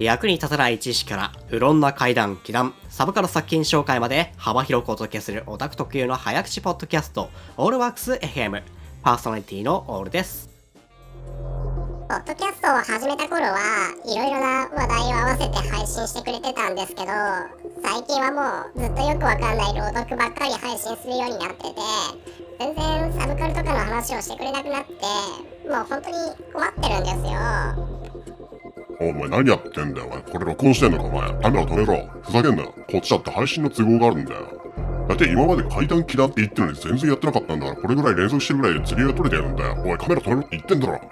役に立たない知識からうろんな怪談、奇談、サブカル作品紹介まで幅広くお届けするオタク特有の早口ポッドキャスト、オールワークス FM、パーソナリティのオールです。 ポッドキャストを始めた頃はいろいろな話題を合わせて配信してくれてたんですけど、最近はもうずっとよくわかんない朗読ばっかり配信するようになってて、全然サブカルとかの話をしてくれなくなって、もう本当に困ってるんですよ。 お前何やってんだよ。これ録音してんのかお前。カメラ止めろ。ふざけんな。こっちだって配信の都合があるんだよ。だって今まで怪談奇談って言ってるのに全然やってなかったんだから、これぐらい連続してるぐらいで釣りが取れてやるんだよ。おいカメラ止めろって言ってんだろ。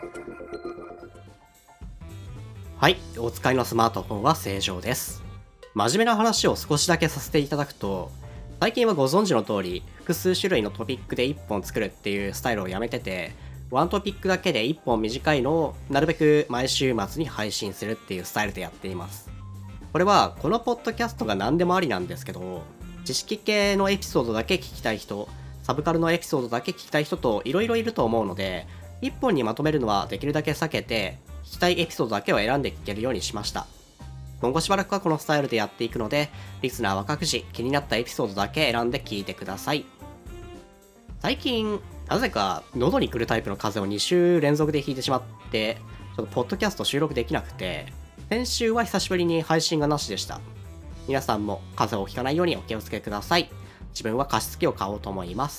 はい、お使いのスマートフォンは正常です。真面目な話を少しだけさせていただくと、最近はご存知の通り、複数種類のトピックで1本作るっていうスタイルをやめてて、ワントピックだけで1本短いのをなるべく毎週末に配信するっていうスタイルでやっています。これはこのポッドキャストが何でもありなんですけど、知識系のエピソードだけ聞きたい人、サブカルのエピソードだけ聞きたい人といろいろいると思うので、1本にまとめるのはできるだけ避けて、聞きたいエピソードだけを選んで聞けるようにしました。今後しばらくはこのスタイルでやっていくので、リスナーは各自気になったエピソードだけ選んで聞いてください。最近、なぜか喉に来るタイプの風邪を2週連続で引いてしまって、ちょっとポッドキャスト収録できなくて、先週は久しぶりに配信がなしでした。皆さんも風邪をひかないようにお気をつけください。自分は加湿器を買おうと思います。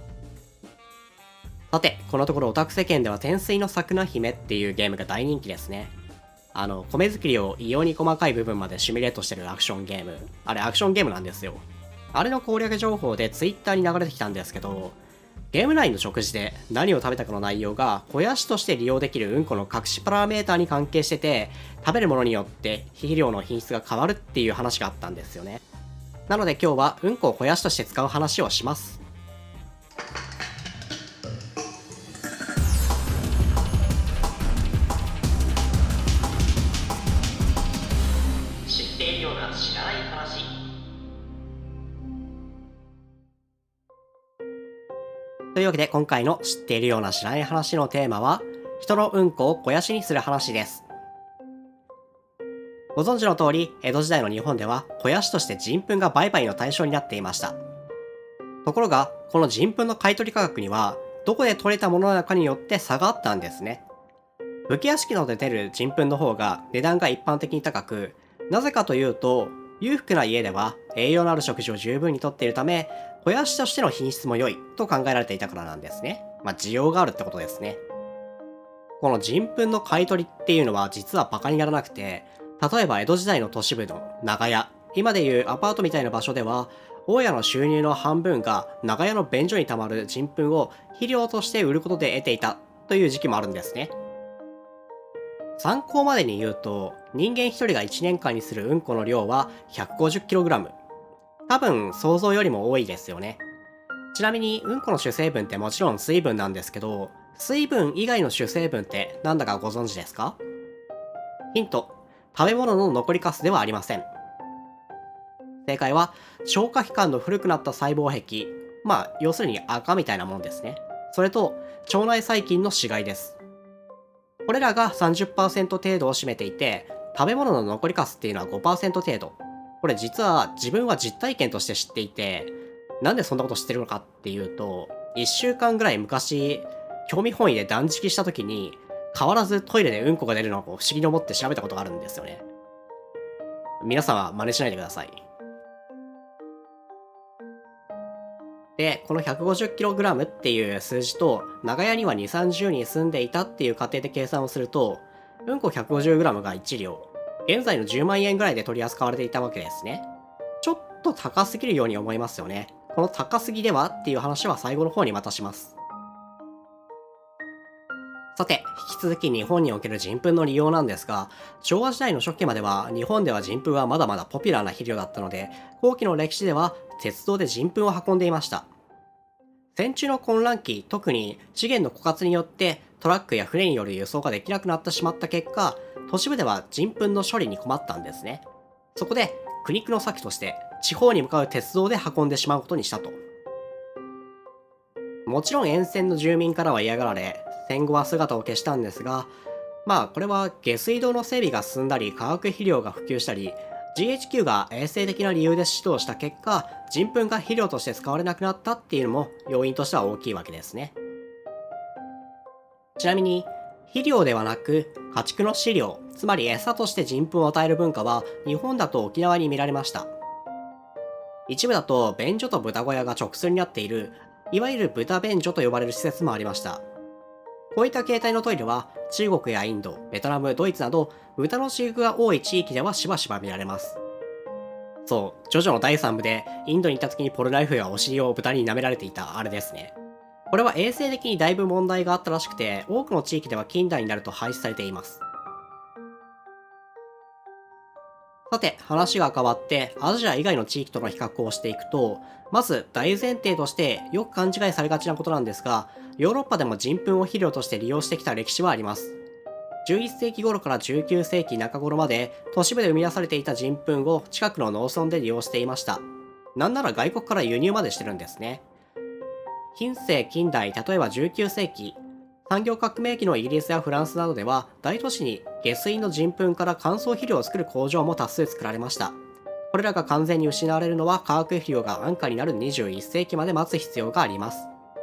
さて、このところオタク世間では天水の桜姫っていうゲームが大人気ですね。米作りを異様に細かい部分までシミュレートしてるアクションゲーム。あれアクションゲームなんですよ。あれの攻略情報で Twitter に流れてきたんですけど、ゲーム内の食事で何を食べたかの内容が肥やしとして利用できるうんこの隠しパラメーターに関係してて、食べるものによって肥料の品質が変わるっていう話があったんですよね。なので今日はうんこを肥やしとして使う話をします。知っているような知らない話。というわけで今回の知っているような知らない話のテーマは、人のうんこを肥やしにする話です。ご存知の通り、江戸時代の日本では肥やしとして人糞が売買の対象になっていました。ところが、この人糞の買取価格には、どこで取れたものなのかによって差があったんですね。武家屋敷などで出る人糞の方が値段が一般的に高く、なぜかというと、裕福な家では栄養のある食事を十分にとっているため、肥やしとしての品質も良いと考えられていたからなんですね。需要があるってことですね。この人糞の買い取りっていうのは実はバカにならなくて、例えば江戸時代の都市部の長屋、今でいうアパートみたいな場所では、大家の収入の半分が長屋の便所に溜まる人糞を肥料として売ることで得ていたという時期もあるんですね。参考までに言うと、人間一人が1年間にするうんこの量は 150kg。多分想像よりも多いですよね。ちなみにうんこの主成分ってもちろん水分なんですけど、水分以外の主成分って何だかご存知ですか？ヒント、食べ物の残りカスではありません。正解は消化器官の古くなった細胞壁、要するに赤みたいなものですね。それと腸内細菌の死骸です。これらが 30% 程度を占めていて、食べ物の残りカスっていうのは 5% 程度。これ実は自分は実体験として知っていて、なんでそんなこと知ってるのかっていうと、1週間ぐらい昔、興味本位で断食した時に、変わらずトイレでうんこが出るのを不思議に思って調べたことがあるんですよね。皆さんは真似しないでください。で、この 150kg っていう数字と、長屋には2、30人住んでいたっていう過程で計算をすると、うんこ 150g が1両。現在の10万円ぐらいで取り扱われていたわけですね。ちょっと高すぎるように思いますよね。この高すぎではっていう話は最後の方にまたします。さて、引き続き日本における人糞の利用なんですが、昭和時代の初期までは日本では人糞はまだまだポピュラーな肥料だったので、後期の歴史では鉄道で人糞を運んでいました。戦中の混乱期、特に資源の枯渇によってトラックや船による輸送ができなくなってしまった結果、都市部では人糞の処理に困ったんですね。そこで苦肉の策として地方に向かう鉄道で運んでしまうことにしたと。もちろん沿線の住民からは嫌がられ、戦後は姿を消したんですが、 まあこれは下水道の整備が進んだり化学肥料が普及したり GHQ が衛生的な理由で指導した結果人糞が肥料として使われなくなったっていうのも要因としては大きいわけですね。ちなみに肥料ではなく家畜の飼料、つまり餌として人糞を与える文化は日本だと沖縄に見られました。一部だと便所と豚小屋が直通になっているいわゆる豚便所と呼ばれる施設もありました。こういった形態のトイレは中国やインド、ベトナム、ドイツなど豚の飼育が多い地域ではしばしば見られます。そう、ジョジョの第3部でインドに行った時にポルナイフがお尻を豚に舐められていたあれですね。これは衛生的にだいぶ問題があったらしくて、多くの地域では近代になると廃止されています。さて、話が変わってアジア以外の地域との比較をしていくと、まず大前提としてよく勘違いされがちなことなんですが、ヨーロッパでも人糞を肥料として利用してきた歴史はあります。11世紀頃から19世紀中頃まで都市部で生み出されていた人糞を近くの農村で利用していました。なんなら外国から輸入までしてるんですね。近世近代、例えば19世紀、産業革命期のイギリスやフランスなどでは大都市に下水の人糞から乾燥肥料を作る工場も多数作られました。これらが完全に失われるのは化学肥料が安価になる21世紀まで待つ必要があります。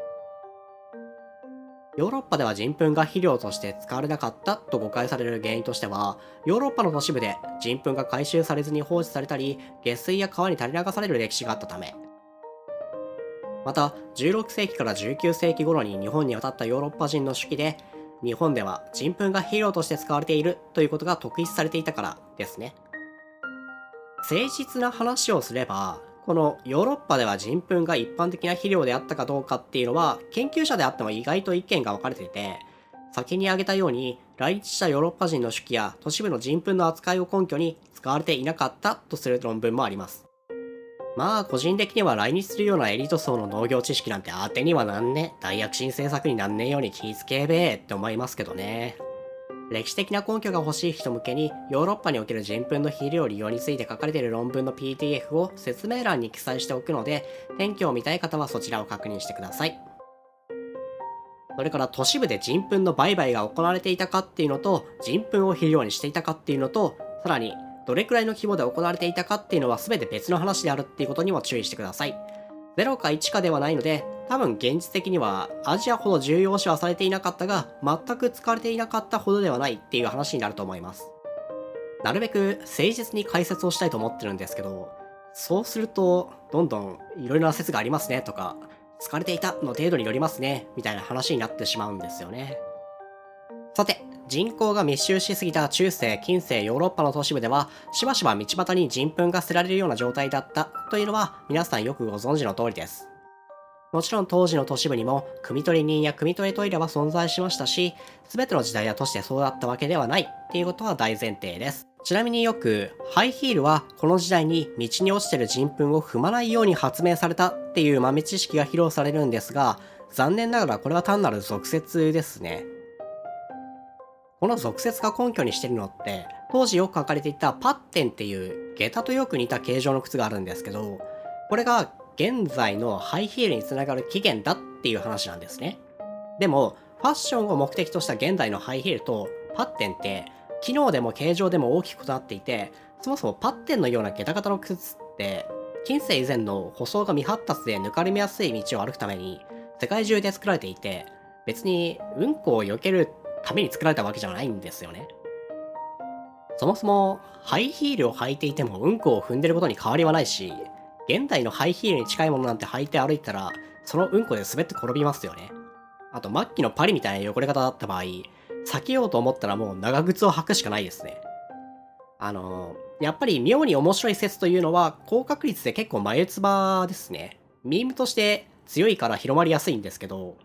ヨーロッパでは人糞が肥料として使われなかったと誤解される原因としては、ヨーロッパの都市部で人糞が回収されずに放置されたり、下水や川に垂れ流される歴史があったため、また16世紀から19世紀頃に日本に渡ったヨーロッパ人の手記で、日本では人糞が肥料として使われているということが特筆されていたからですね。誠実な話をすれば、このヨーロッパでは人糞が一般的な肥料であったかどうかっていうのは研究者であっても意外と意見が分かれていて、先に挙げたように来日したヨーロッパ人の手記や都市部の人糞の扱いを根拠に使われていなかったとする論文もあります。まあ個人的には来日するようなエリート層の農業知識なんて当てにはなんね、大躍進政策になんねえように気ぃつけべえって思いますけどね。歴史的な根拠が欲しい人向けにヨーロッパにおける人糞の肥料利用について書かれている論文の PDF を説明欄に記載しておくので、典拠を見たい方はそちらを確認してください。それから都市部で人糞の売買が行われていたかっていうのと、人糞を肥料にしていたかっていうのと、さらにどれくらいの規模で行われていたかっていうのは全て別の話であるっていうことにも注意してください。0か1かではないので、多分現実的にはアジアほど重要視はされていなかったが、全く使われていなかったほどではないっていう話になると思います。なるべく誠実に解説をしたいと思ってるんですけど、そうするとどんどんいろいろな説がありますねとか、使われていたの程度によりますねみたいな話になってしまうんですよね。さて、人口が密集しすぎた中世近世ヨーロッパの都市部ではしばしば道端に人糞が捨てられるような状態だったというのは皆さんよくご存知の通りです。もちろん当時の都市部にも汲取人や汲取トイレは存在しましたし、全ての時代や都市でそうだったわけではないっていうことは大前提です。ちなみによくハイヒールはこの時代に道に落ちてる人糞を踏まないように発明されたっていう豆知識が披露されるんですが、残念ながらこれは単なる俗説ですね。この俗説が根拠にしてるのって、当時よく書かれていたパッテンっていう下駄とよく似た形状の靴があるんですけど、これが現在のハイヒールにつながる起源だっていう話なんですね。でもファッションを目的とした現代のハイヒールとパッテンって機能でも形状でも大きく異なっていて、そもそもパッテンのような下駄型の靴って近世以前の舗装が未発達で抜かれやすい道を歩くために世界中で作られていて、別にうんこを避けるために作られたわけじゃないんですよね。そもそもハイヒールを履いていてもうんこを踏んでることに変わりはないし、現代のハイヒールに近いものなんて履いて歩いたらそのうんこで滑って転びますよね。あと末期のパリみたいな汚れ方だった場合、避けようと思ったらもう長靴を履くしかないですね。やっぱり妙に面白い説というのは高確率で結構眉唾ですね。ミームとして強いから広まりやすいんですけど、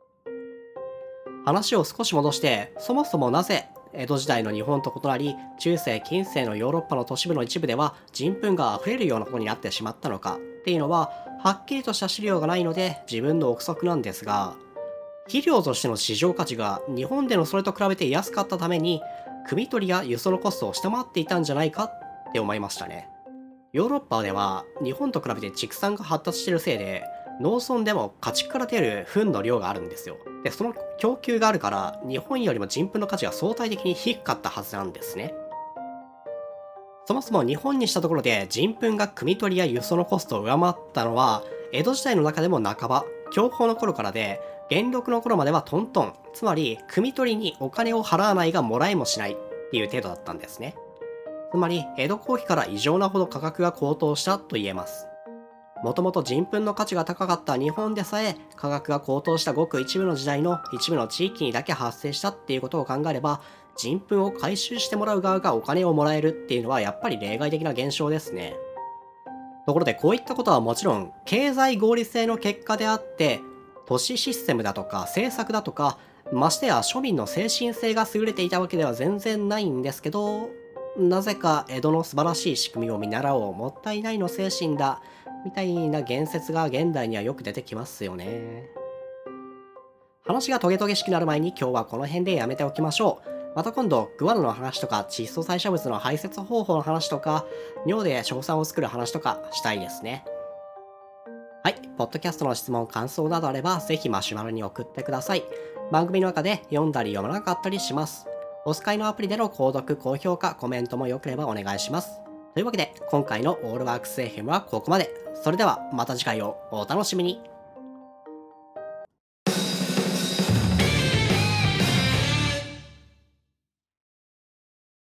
話を少し戻して、そもそもなぜ江戸時代の日本と異なり中世近世のヨーロッパの都市部の一部では人糞が溢れるようなことになってしまったのかっていうのははっきりとした資料がないので自分の憶測なんですが、肥料としての市場価値が日本でのそれと比べて安かったために汲み取りや輸送のコストを下回っていたんじゃないかって思いましたね。ヨーロッパでは日本と比べて畜産が発達しているせいで、農村でも家畜から出る糞の量があるんですよ。 で、その供給があるから、日本よりも人糞の価値が相対的に低かったはずなんですね。そもそも日本にしたところで人糞が汲み取りや輸送のコストを上回ったのは、江戸時代の中でも半ば、享保の頃からで、元禄の頃まではトントン、つまり、汲み取りにお金を払わないがもらえもしないっていう程度だったんですね。つまり、江戸後期から異常なほど価格が高騰したと言えます。もともと人糞の価値が高かった日本でさえ、価格が高騰したごく一部の時代の一部の地域にだけ発生したっていうことを考えれば、人糞を回収してもらう側がお金をもらえるっていうのはやっぱり例外的な現象ですね。ところでこういったことはもちろん経済合理性の結果であって、都市システムだとか政策だとか、ましてや庶民の精神性が優れていたわけでは全然ないんですけど、なぜか江戸の素晴らしい仕組みを見習おう、もったいないの精神だ、みたいな言説が現代にはよく出てきますよね。話がトゲトゲしくなる前に今日はこの辺でやめておきましょう。また今度、グアノの話とか窒素代謝物の排泄方法の話とか、尿で硝酸を作る話とかしたいですね。はい、ポッドキャストの質問、感想などあれば、ぜひマシュマロに送ってください。番組の中で読んだり読まなかったりします。お使いのアプリでの購読、高評価、コメントもよければお願いします。というわけで、今回のオールワークス FM はここまで。それではまた次回をお楽しみに。